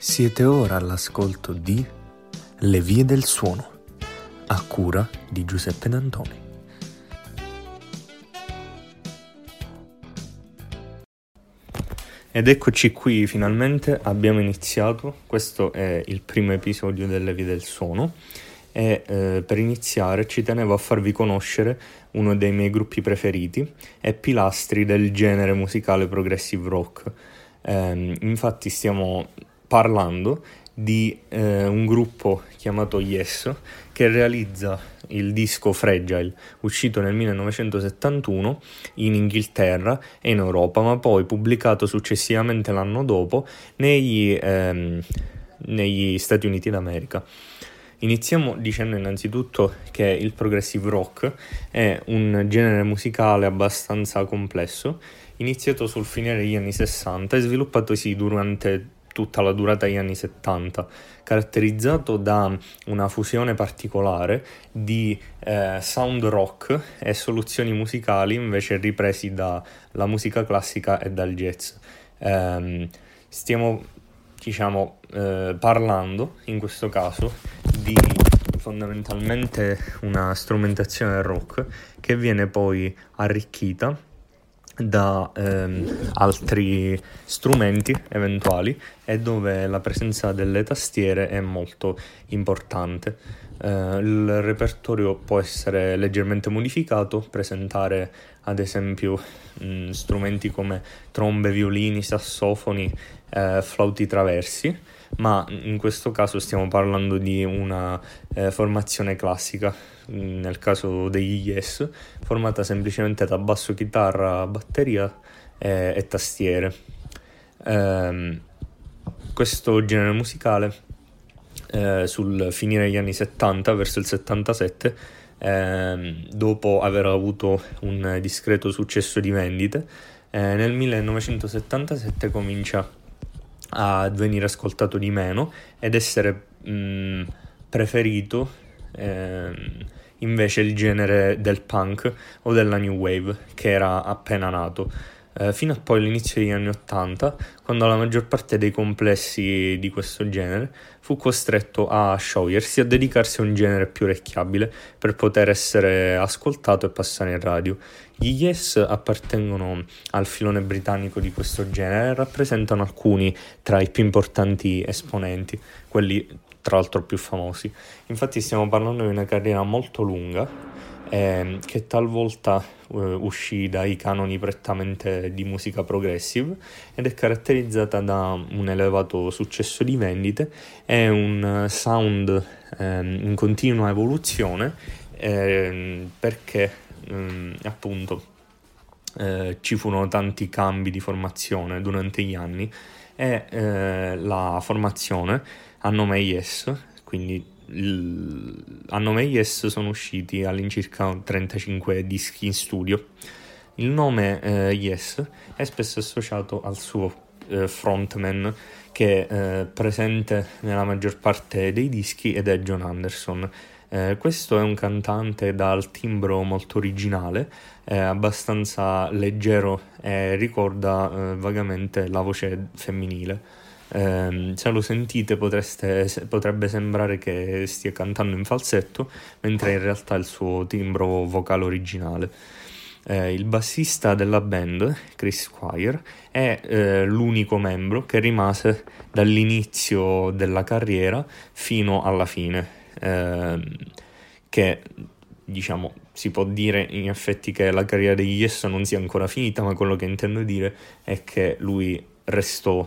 Siete ora all'ascolto di Le vie del suono, a cura di Giuseppe D'Antoni. Ed eccoci qui, finalmente abbiamo iniziato. Questo è il primo episodio delle vie del suono e per iniziare ci tenevo a farvi conoscere uno dei miei gruppi preferiti e pilastri del genere musicale progressive rock. Infatti stiamo parlando di un gruppo chiamato Yes, che realizza il disco Fragile, uscito nel 1971 in Inghilterra e in Europa, ma poi pubblicato successivamente l'anno dopo negli Stati Uniti d'America. Iniziamo dicendo innanzitutto che il progressive rock è un genere musicale abbastanza complesso, iniziato sul finire degli anni 60 e sviluppatosi durante tutta la durata degli anni 70, caratterizzato da una fusione particolare di sound rock e soluzioni musicali invece ripresi dalla musica classica e dal jazz. Stiamo parlando in questo caso di fondamentalmente una strumentazione rock che viene poi arricchita da altri strumenti eventuali e dove la presenza delle tastiere è molto importante. Il repertorio può essere leggermente modificato, presentare ad esempio strumenti come trombe, violini, sassofoni, flauti traversi, ma in questo caso stiamo parlando di una formazione classica, nel caso degli Yes, formata semplicemente da basso, chitarra, batteria e tastiere. Questo genere musicale sul finire degli anni 70, verso il 77, dopo aver avuto un discreto successo di vendite, nel 1977 comincia a venire ascoltato di meno ed essere preferito invece il genere del punk o della new wave, che era appena nato, fino a poi l'inizio degli anni 80, quando la maggior parte dei complessi di questo genere fu costretto a sciogliersi, a dedicarsi a un genere più orecchiabile per poter essere ascoltato e passare in radio. Gli Yes appartengono al filone britannico di questo genere e rappresentano alcuni tra i più importanti esponenti, quelli tra l'altro più famosi. Infatti stiamo parlando di una carriera molto lunga che talvolta uscì dai canoni prettamente di musica progressive ed è caratterizzata da un elevato successo di vendite e un sound in continua evoluzione, perché appunto ci furono tanti cambi di formazione durante gli anni e la formazione a nome Yes, quindi a nome Yes sono usciti all'incirca 35 dischi in studio. Il nome Yes è spesso associato al suo frontman, che è presente nella maggior parte dei dischi, ed è Jon Anderson. Questo è un cantante dal timbro molto originale, abbastanza leggero e ricorda vagamente la voce femminile. Se lo sentite potrebbe sembrare che stia cantando in falsetto, mentre in realtà è il suo timbro vocale originale. Il bassista della band, Chris Squire, è l'unico membro che rimase dall'inizio della carriera fino alla fine, che diciamo si può dire in effetti che la carriera degli Yes non sia ancora finita, ma quello che intendo dire è che lui restò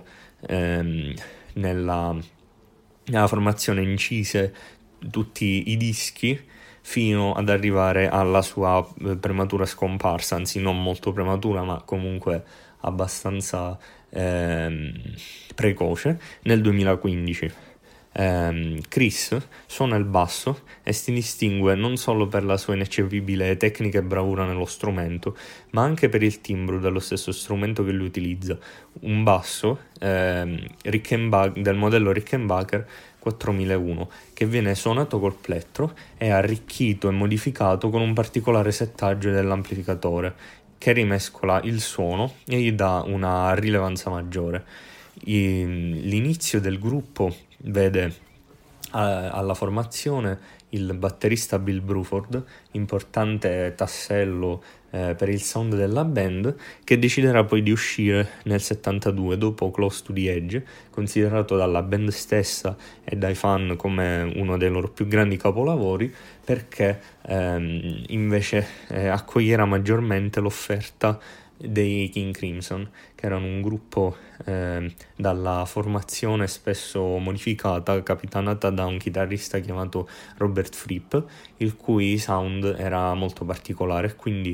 nella formazione, incise tutti i dischi fino ad arrivare alla sua prematura scomparsa, anzi non molto prematura ma comunque abbastanza precoce, nel 2015. Chris suona il basso e si distingue non solo per la sua ineccepibile tecnica e bravura nello strumento, ma anche per il timbro dello stesso strumento che lui utilizza, un basso del modello Rickenbacker 4001, che viene suonato col plettro e arricchito e modificato con un particolare settaggio dell'amplificatore che rimescola il suono e gli dà una rilevanza maggiore. L'inizio del gruppo vede alla formazione il batterista Bill Bruford, importante tassello per il sound della band, che deciderà poi di uscire nel 72 dopo Close to the Edge, considerato dalla band stessa e dai fan come uno dei loro più grandi capolavori, perché invece accoglierà maggiormente l'offerta dei King Crimson, che erano un gruppo dalla formazione spesso modificata, capitanata da un chitarrista chiamato Robert Fripp, il cui sound era molto particolare, quindi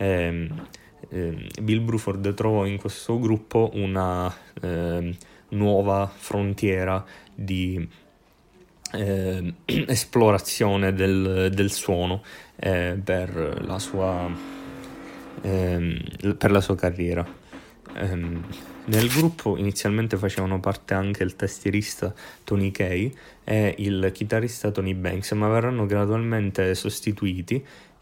Bill Bruford trovò in questo gruppo una nuova frontiera di esplorazione del suono per la sua carriera. Nel gruppo inizialmente facevano parte anche il tastierista Tony Kaye e il chitarrista Tony Banks, ma verranno gradualmente sostituiti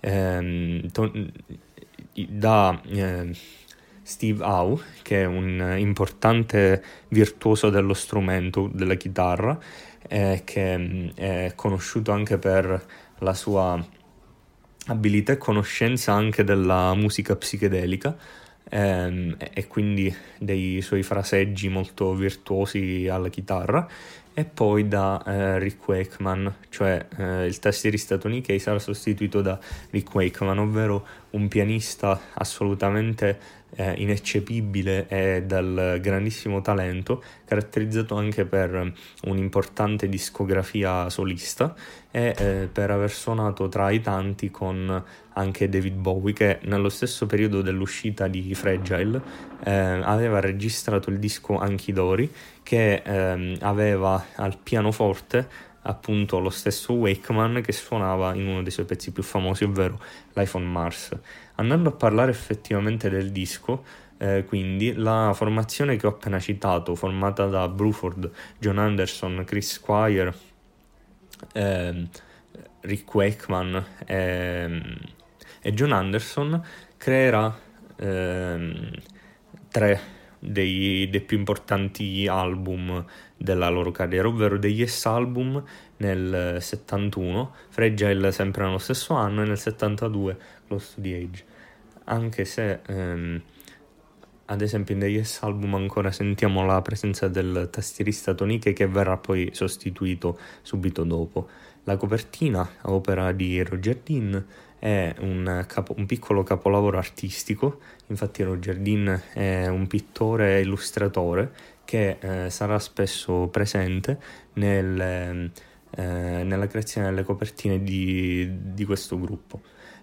da Steve Howe, che è un importante virtuoso dello strumento della chitarra, che è conosciuto anche per la sua abilità e conoscenza anche della musica psichedelica, e quindi dei suoi fraseggi molto virtuosi alla chitarra, e poi da Rick Wakeman, cioè il tastierista Tony Kaye sarà sostituito da Rick Wakeman, ovvero un pianista assolutamente ineccepibile e dal grandissimo talento, caratterizzato anche per un'importante discografia solista e per aver suonato tra i tanti con anche David Bowie, che nello stesso periodo dell'uscita di Fragile aveva registrato il disco Anchidori, che aveva al pianoforte appunto lo stesso Wakeman, che suonava in uno dei suoi pezzi più famosi, ovvero Life on Mars. Andando a parlare effettivamente del disco, quindi la formazione che ho appena citato, formata da Bruford, John Anderson, Chris Squire, Rick Wakeman e John Anderson, creerà tre dei più importanti album della loro carriera, ovvero degli Yes Album nel 71, Fragile sempre nello stesso anno, e nel 72 Close to the Edge. Anche se ad esempio in The Yes Album ancora sentiamo la presenza del tastierista Tony Kaye, che verrà poi sostituito subito dopo. La copertina, opera di Roger Dean, è un piccolo capolavoro artistico. Infatti Roger Dean è un pittore e illustratore che sarà spesso presente nella creazione delle copertine di questo gruppo.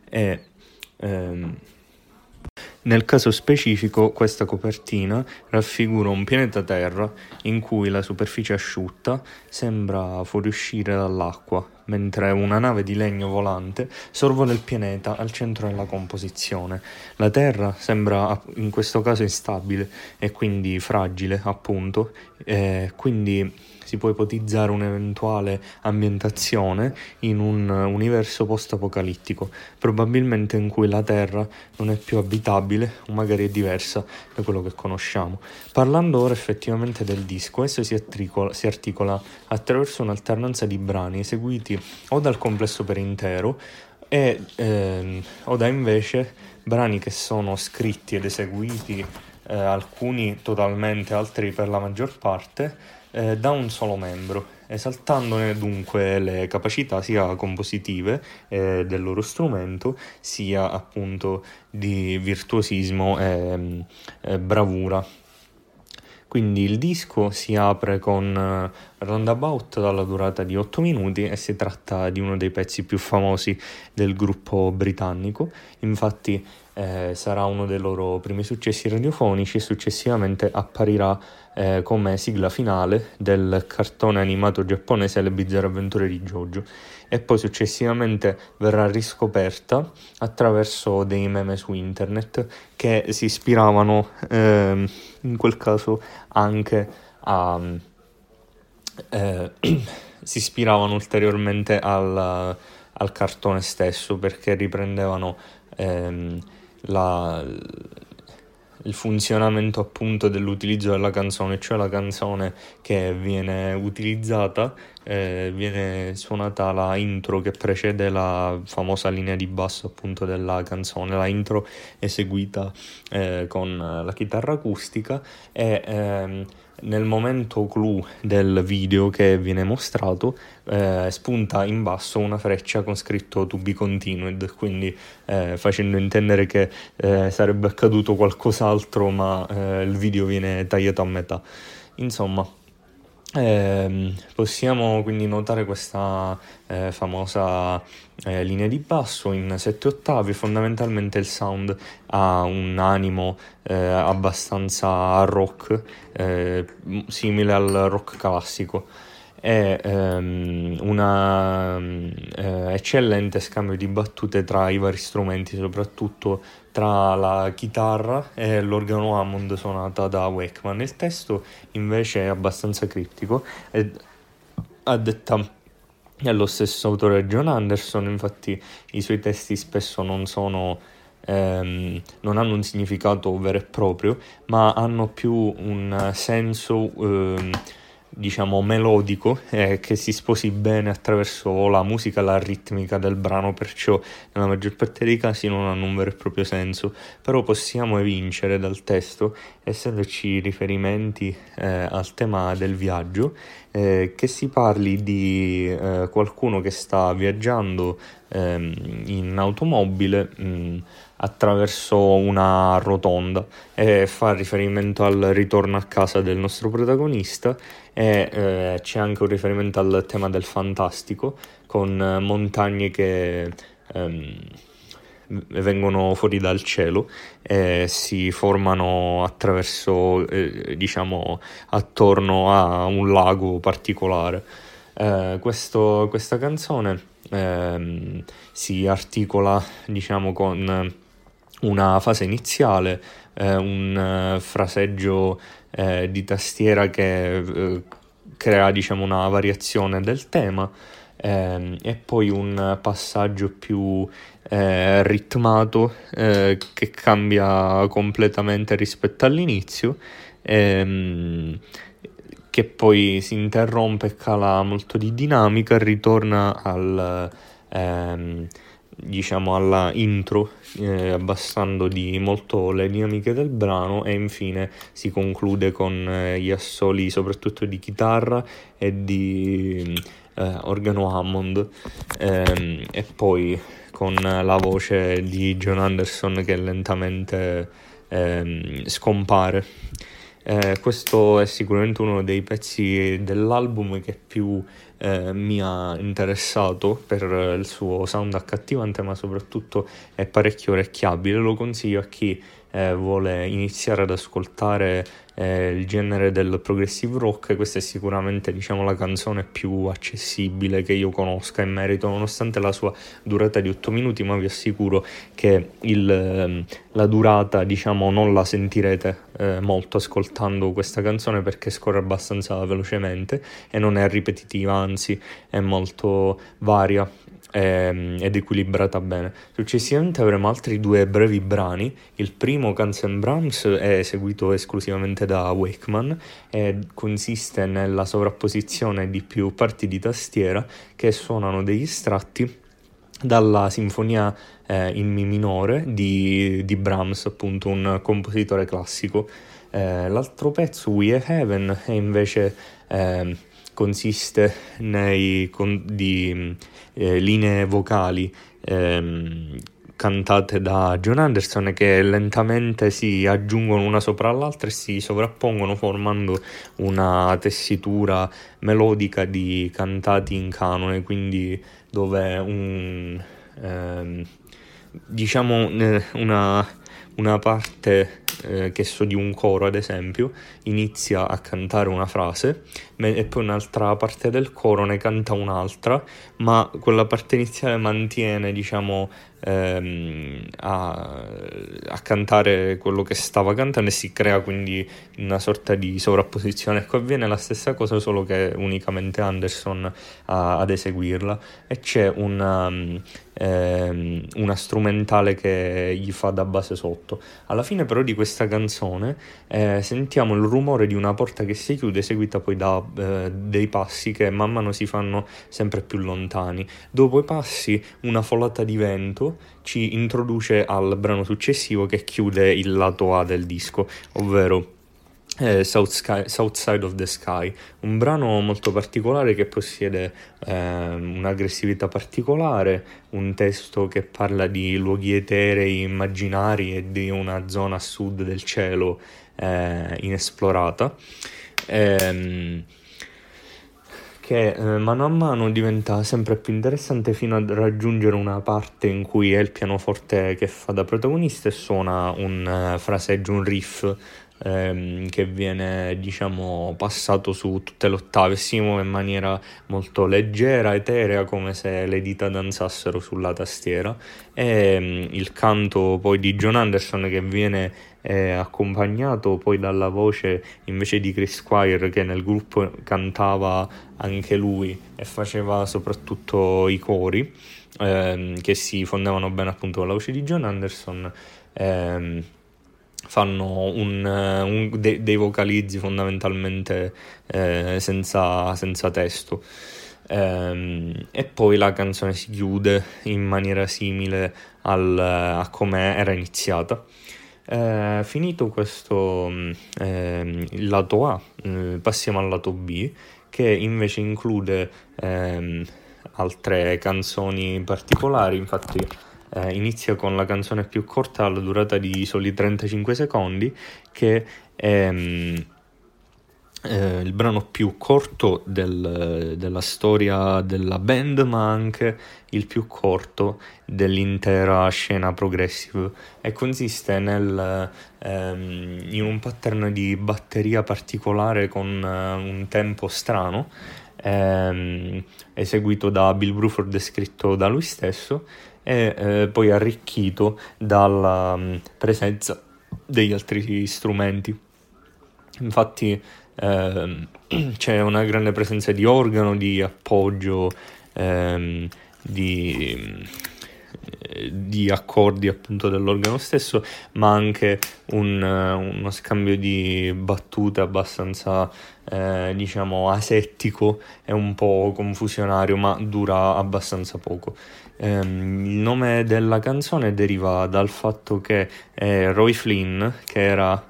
Nel caso specifico, questa copertina raffigura un pianeta Terra in cui la superficie asciutta sembra fuoriuscire dall'acqua, mentre una nave di legno volante sorvola il pianeta al centro della composizione. La Terra sembra in questo caso instabile e quindi fragile, appunto, quindi si può ipotizzare un'eventuale ambientazione in un universo post-apocalittico, probabilmente in cui la Terra non è più abitabile o magari è diversa da quello che conosciamo. Parlando ora effettivamente del disco, esso si articola attraverso un'alternanza di brani eseguiti o dal complesso per intero o da invece brani che sono scritti ed eseguiti, alcuni totalmente, altri per la maggior parte, da un solo membro, esaltandone dunque le capacità sia compositive del loro strumento, sia appunto di virtuosismo e bravura. Quindi il disco si apre con Roundabout dalla durata di 8 minuti e si tratta di uno dei pezzi più famosi del gruppo britannico. Infatti sarà uno dei loro primi successi radiofonici e successivamente apparirà come sigla finale del cartone animato giapponese Le bizzarre avventure di JoJo, e poi successivamente verrà riscoperta attraverso dei meme su internet che si ispiravano in quel caso anche si ispiravano ulteriormente al cartone stesso, perché riprendevano il funzionamento appunto dell'utilizzo della canzone, cioè la canzone che viene utilizzata, viene suonata la intro che precede la famosa linea di basso appunto della canzone. La intro eseguita con la chitarra acustica e nel momento clou del video che viene mostrato spunta in basso una freccia con scritto "to be continued", quindi facendo intendere che sarebbe accaduto qualcos'altro, ma il video viene tagliato a metà. Insomma, possiamo quindi notare questa famosa linea di basso in 7 ottavi. Fondamentalmente il sound ha un animo abbastanza rock, simile al rock classico. È un eccellente scambio di battute tra i vari strumenti, soprattutto tra la chitarra e l'organo Hammond suonata da Wakeman. Il testo invece è abbastanza criptico e a detta dello stesso autore John Anderson, infatti i suoi testi spesso non hanno un significato vero e proprio, ma hanno più un senso diciamo melodico, che si sposi bene attraverso la musica e la ritmica del brano, perciò nella maggior parte dei casi non hanno un vero e proprio senso, però possiamo evincere dal testo, essendoci riferimenti al tema del viaggio, che si parli di qualcuno che sta viaggiando in automobile attraverso una rotonda, e fa riferimento al ritorno a casa del nostro protagonista, e c'è anche un riferimento al tema del fantastico, con montagne che vengono fuori dal cielo e si formano attraverso diciamo attorno a un lago particolare. Questa canzone si articola diciamo con una fase iniziale, un fraseggio di tastiera che crea diciamo una variazione del tema, e poi un passaggio più ritmato che cambia completamente rispetto all'inizio, che poi si interrompe e cala molto di dinamica, ritorna diciamo alla intro, abbassando di molto le dinamiche del brano, e infine si conclude con gli assoli soprattutto di chitarra e di organo Hammond, e poi con la voce di John Anderson che lentamente scompare. Questo è sicuramente uno dei pezzi dell'album che più mi ha interessato per il suo sound accattivante, ma soprattutto è parecchio orecchiabile. Lo consiglio a chi vuole iniziare ad ascoltare il genere del progressive rock. Questa è sicuramente diciamo la canzone più accessibile che io conosca in merito, nonostante la sua durata di 8 minuti, ma vi assicuro che la durata diciamo non la sentirete molto ascoltando questa canzone, perché scorre abbastanza velocemente e non è ripetitiva, anzi è molto varia ed equilibrata bene. Successivamente avremo altri 2 brevi brani. Il primo, Guns N' Brahms, è eseguito esclusivamente da Wakeman e consiste nella sovrapposizione di più parti di tastiera che suonano degli estratti dalla sinfonia in Mi minore di Brahms, appunto un compositore classico. L'altro pezzo, We Are Heaven, è invece consiste di linee vocali cantate da John Anderson, che lentamente si aggiungono una sopra l'altra e si sovrappongono formando una tessitura melodica di cantati in canone, quindi dove diciamo una parte che so di un coro, ad esempio, inizia a cantare una frase e poi un'altra parte del coro ne canta un'altra, ma quella parte iniziale mantiene diciamo a cantare quello che stava cantando e si crea quindi una sorta di sovrapposizione. Ecco, avviene la stessa cosa, solo che unicamente Anderson ad eseguirla, e c'è una strumentale che gli fa da base sotto. Alla fine però di questa canzone sentiamo il rumore di una porta che si chiude, seguita poi da dei passi che man mano si fanno sempre più lontani. Dopo i passi una folata di vento ci introduce al brano successivo, che chiude il lato A del disco, ovvero South Side of the Sky, un brano molto particolare che possiede un'aggressività particolare, un testo che parla di luoghi eterei, immaginari e di una zona a sud del cielo inesplorata, che mano a mano diventa sempre più interessante, fino a raggiungere una parte in cui è il pianoforte che fa da protagonista e suona un fraseggio, un riff che viene, diciamo, passato su tutte le ottave. Si muove in maniera molto leggera, eterea, come se le dita danzassero sulla tastiera, e il canto poi di Jon Anderson, che viene accompagnato poi dalla voce invece di Chris Squire, che nel gruppo cantava anche lui e faceva soprattutto i cori, che si fondevano bene appunto con la voce di Jon Anderson. Fanno dei vocalizzi fondamentalmente senza testo. E poi la canzone si chiude in maniera simile a come era iniziata. Finito questo il lato A, passiamo al lato B, che invece include altre canzoni particolari. Infatti inizia con la canzone più corta, alla durata di soli 35 secondi, che è il brano più corto della storia della band, ma anche il più corto dell'intera scena progressive, e consiste in un pattern di batteria particolare con un tempo strano, eseguito da Bill Bruford e scritto da lui stesso, e poi arricchito dalla presenza degli altri strumenti. Infatti c'è una grande presenza di organo, di appoggio, di accordi appunto dell'organo stesso, ma anche uno scambio di battute abbastanza diciamo asettico e un po' confusionario, ma dura abbastanza poco. Il nome della canzone deriva dal fatto che Roy Flynn, che era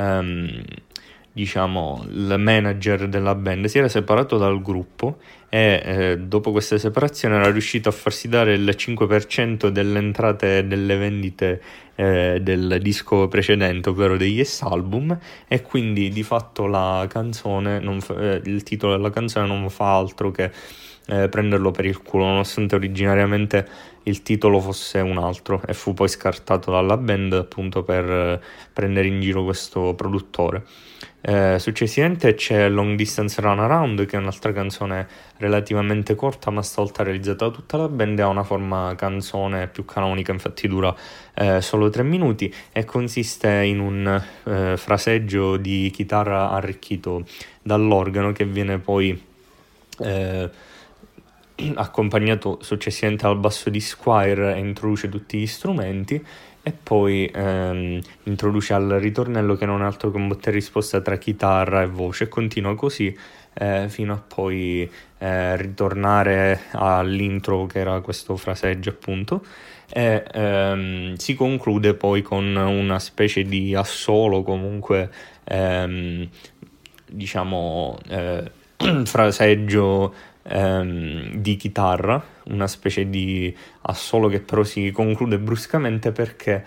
diciamo il manager della band, si era separato dal gruppo e dopo questa separazione era riuscito a farsi dare il 5% delle entrate delle vendite del disco precedente, ovvero degli Yes Album, e quindi di fatto la canzone il titolo della canzone non fa altro che prenderlo per il culo, nonostante originariamente il titolo fosse un altro, e fu poi scartato dalla band appunto per prendere in giro questo produttore. Successivamente c'è Long Distance Run Around, che è un'altra canzone relativamente corta, ma stavolta realizzata da tutta la band, e ha una forma canzone più canonica, infatti dura solo 3 minuti e consiste in un fraseggio di chitarra arricchito dall'organo, che viene poi accompagnato successivamente al basso di Squire, e introduce tutti gli strumenti, e poi introduce al ritornello, che non è altro che un botta e risposta tra chitarra e voce, e continua così fino a poi ritornare all'intro, che era questo fraseggio appunto, e si conclude poi con una specie di assolo, comunque diciamo fraseggio di chitarra, una specie di assolo che però si conclude bruscamente, perché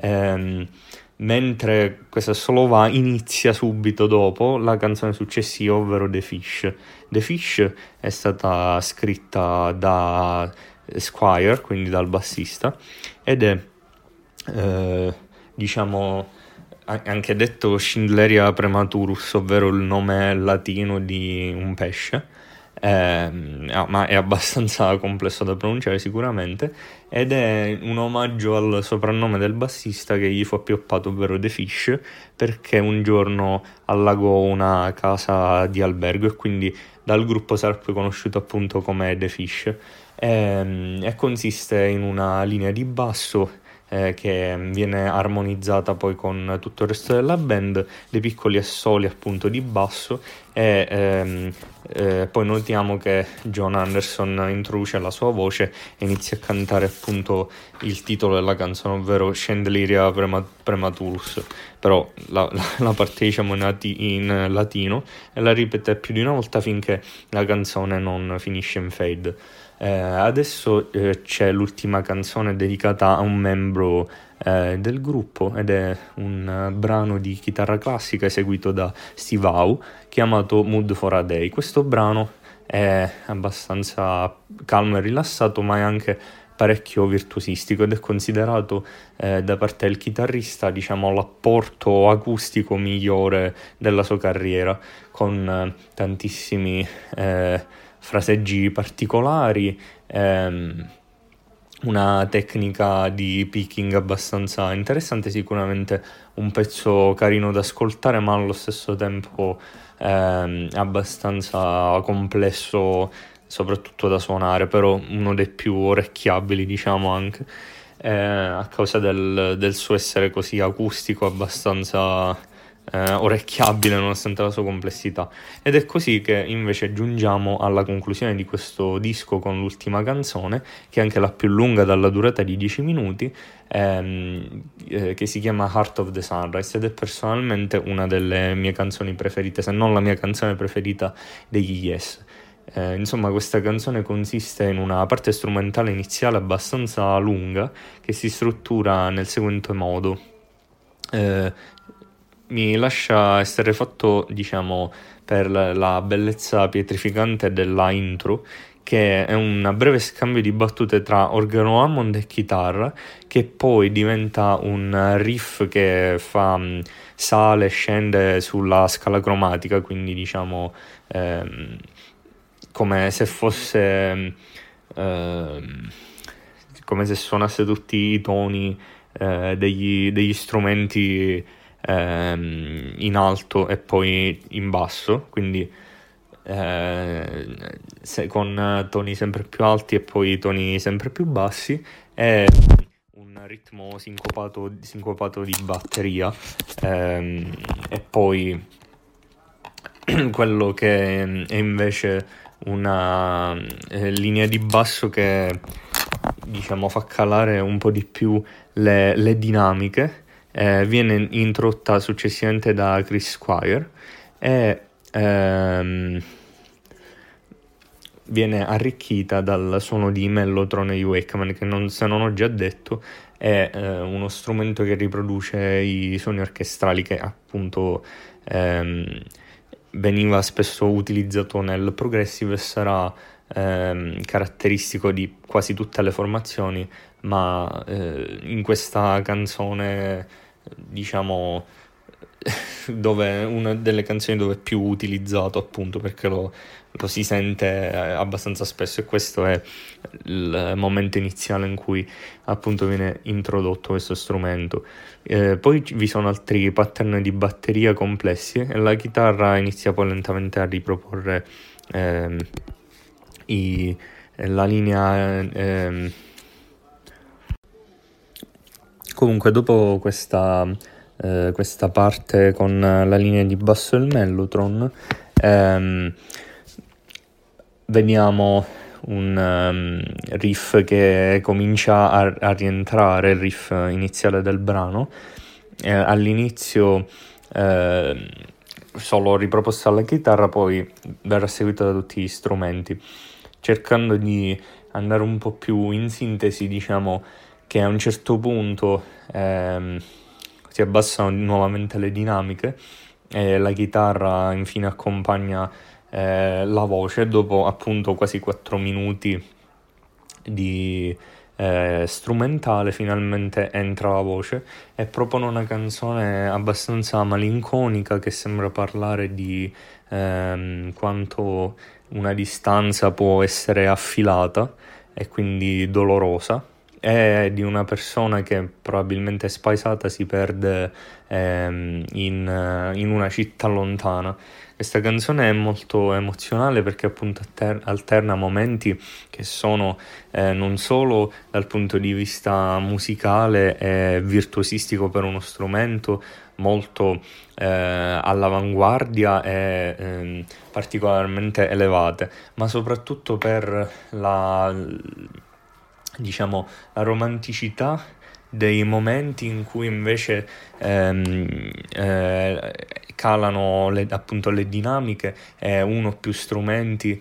mentre questo assolo va, inizia subito dopo la canzone successiva, ovvero The Fish. The Fish è stata scritta da Squire, quindi dal bassista, ed è diciamo anche detto Schindleria Prematurus, ovvero il nome latino di un pesce. ma è abbastanza complesso da pronunciare sicuramente, ed è un omaggio al soprannome del bassista che gli fu appioppato, ovvero The Fish, perché un giorno allagò una casa di albergo e quindi dal gruppo sarà poi conosciuto appunto come The Fish. E consiste in una linea di basso che viene armonizzata poi con tutto il resto della band, dei piccoli assoli appunto di basso e poi notiamo che John Anderson introduce la sua voce e inizia a cantare appunto il titolo della canzone, ovvero Chandelier Prematurus, però la parte diciamo in latino, e la ripete più di una volta finché la canzone non finisce in fade. Adesso c'è l'ultima canzone dedicata a un membro del gruppo, ed è un brano di chitarra classica eseguito da Steve Howe chiamato Mood for a Day. Questo brano è abbastanza calmo e rilassato, ma è anche parecchio virtuosistico ed è considerato da parte del chitarrista, diciamo, l'apporto acustico migliore della sua carriera, con tantissimi fraseggi particolari, una tecnica di picking abbastanza interessante, sicuramente un pezzo carino da ascoltare, ma allo stesso tempo abbastanza complesso soprattutto da suonare, però uno dei più orecchiabili, diciamo, anche a causa del suo essere così acustico, abbastanza orecchiabile nonostante la sua complessità. Ed è così che invece giungiamo alla conclusione di questo disco con l'ultima canzone, che è anche la più lunga, dalla durata di 10 minuti, che si chiama Heart of the Sunrise, ed è personalmente una delle mie canzoni preferite, se non la mia canzone preferita degli Yes. Insomma, questa canzone consiste in una parte strumentale iniziale abbastanza lunga che si struttura nel seguente modo. Mi lascia esterrefatto, diciamo, per la bellezza pietrificante della intro, che è un breve scambio di battute tra organo Hammond e chitarra, che poi diventa un riff che sale e scende sulla scala cromatica, quindi diciamo come se fosse come se suonasse tutti i toni degli strumenti in alto e poi in basso, quindi con toni sempre più alti e poi toni sempre più bassi, e un ritmo sincopato di batteria, e poi quello che è invece una linea di basso che, diciamo, fa calare un po' di più le dinamiche. Viene introdotta successivamente da Chris Squire e viene arricchita dal suono di Mellotron e Wakeman, che se non ho già detto è uno strumento che riproduce i suoni orchestrali che appunto veniva spesso utilizzato nel progressive e sarà caratteristico di quasi tutte le formazioni, ma in questa canzone, diciamo, dove una delle canzoni dove è più utilizzato, appunto perché lo si sente abbastanza spesso, e questo è il momento iniziale in cui appunto viene introdotto questo strumento. Poi vi sono altri pattern di batteria complessi e la chitarra inizia poi lentamente a riproporre la linea. Comunque, dopo questa parte con la linea di basso del Mellotron, vediamo un riff che comincia a rientrare, il riff iniziale del brano, all'inizio solo riproposto alla chitarra, poi verrà seguito da tutti gli strumenti, cercando di andare un po' più in sintesi. Diciamo che a un certo punto si abbassano nuovamente le dinamiche e la chitarra infine accompagna la voce, dopo appunto quasi 4 minuti di strumentale finalmente entra la voce e propone una canzone abbastanza malinconica che sembra parlare di quanto una distanza può essere affilata e quindi dolorosa, e di una persona che probabilmente spaesata si perde in una città lontana. Questa canzone è molto emozionale perché appunto alterna momenti che sono non solo dal punto di vista musicale e virtuosistico per uno strumento molto all'avanguardia e particolarmente elevate, ma soprattutto per diciamo, la romanticità dei momenti in cui invece calano appunto le dinamiche e uno o più strumenti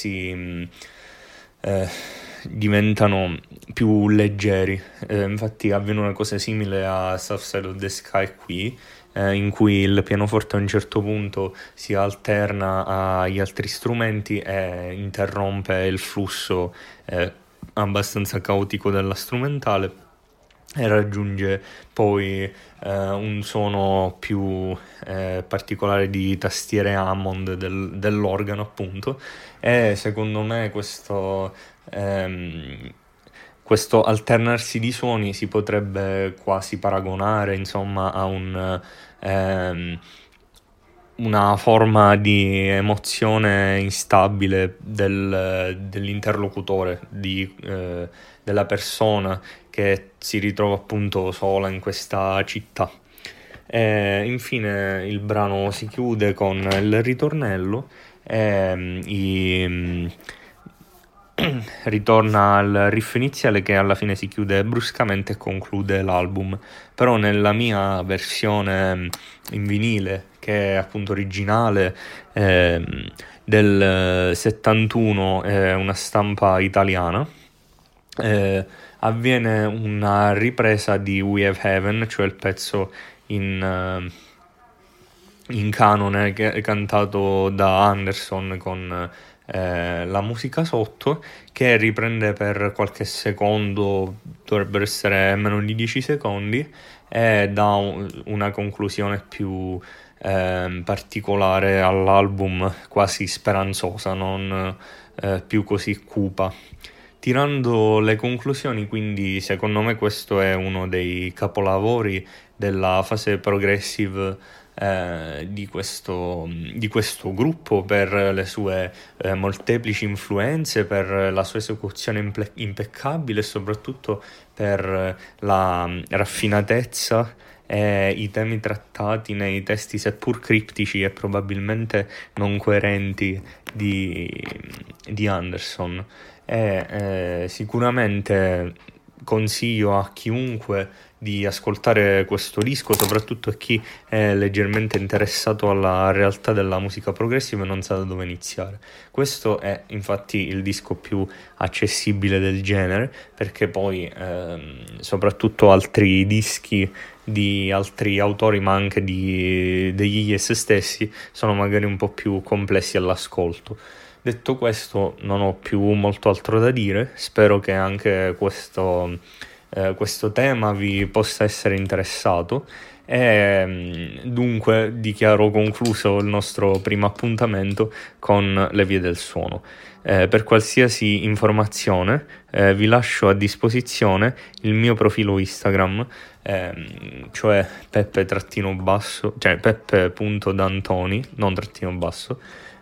diventano più leggeri. Infatti avviene una cosa simile a South Side of the Sky qui, in cui il pianoforte a un certo punto si alterna agli altri strumenti e interrompe il flusso abbastanza caotico della strumentale e raggiunge poi un suono più particolare di tastiere Hammond dell'organo appunto, e secondo me questo alternarsi di suoni si potrebbe quasi paragonare insomma a una forma di emozione instabile dell'interlocutore, della persona che si ritrova appunto sola in questa città. E infine il brano si chiude con il ritornello e ritorna al riff iniziale che alla fine si chiude bruscamente e conclude l'album. Però nella mia versione in vinile, che è appunto originale, del 71, una stampa italiana, avviene una ripresa di We Have Heaven, cioè il pezzo in canone cantato da Anderson con la musica sotto, che riprende per qualche secondo, dovrebbero essere meno di 10 secondi, e dà una conclusione più particolare all'album, quasi speranzosa, non più così cupa. Tirando le conclusioni, quindi, secondo me questo è uno dei capolavori della fase progressive di questo gruppo, per le sue molteplici influenze, per la sua esecuzione impeccabile e soprattutto per la raffinatezza e i temi trattati nei testi seppur criptici e probabilmente non coerenti di Anderson. Sicuramente consiglio a chiunque di ascoltare questo disco, soprattutto a chi è leggermente interessato alla realtà della musica progressiva e non sa da dove iniziare. Questo è infatti il disco più accessibile del genere, perché poi soprattutto altri dischi di altri autori, ma anche degli Yes stessi, sono magari un po' più complessi all'ascolto. Detto questo, non ho più molto altro da dire. Spero che anche questo tema vi possa essere interessato e dunque dichiaro concluso il nostro primo appuntamento con le vie del suono. Per qualsiasi informazione vi lascio a disposizione il mio profilo Instagram, cioè peppe.dantoni, non trattino basso,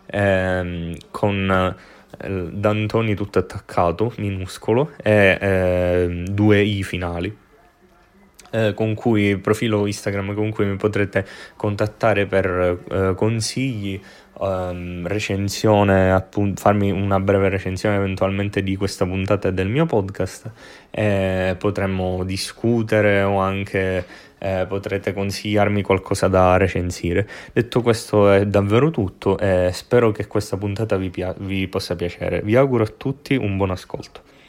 con D'Antoni tutto attaccato, minuscolo, e 2 i finali, con cui profilo Instagram con cui mi potrete contattare per consigli, recensione, farmi una breve recensione eventualmente di questa puntata del mio podcast, e potremmo discutere, o anche potrete consigliarmi qualcosa da recensire. Detto questo è davvero tutto e spero che questa puntata vi possa piacere. Vi auguro a tutti un buon ascolto.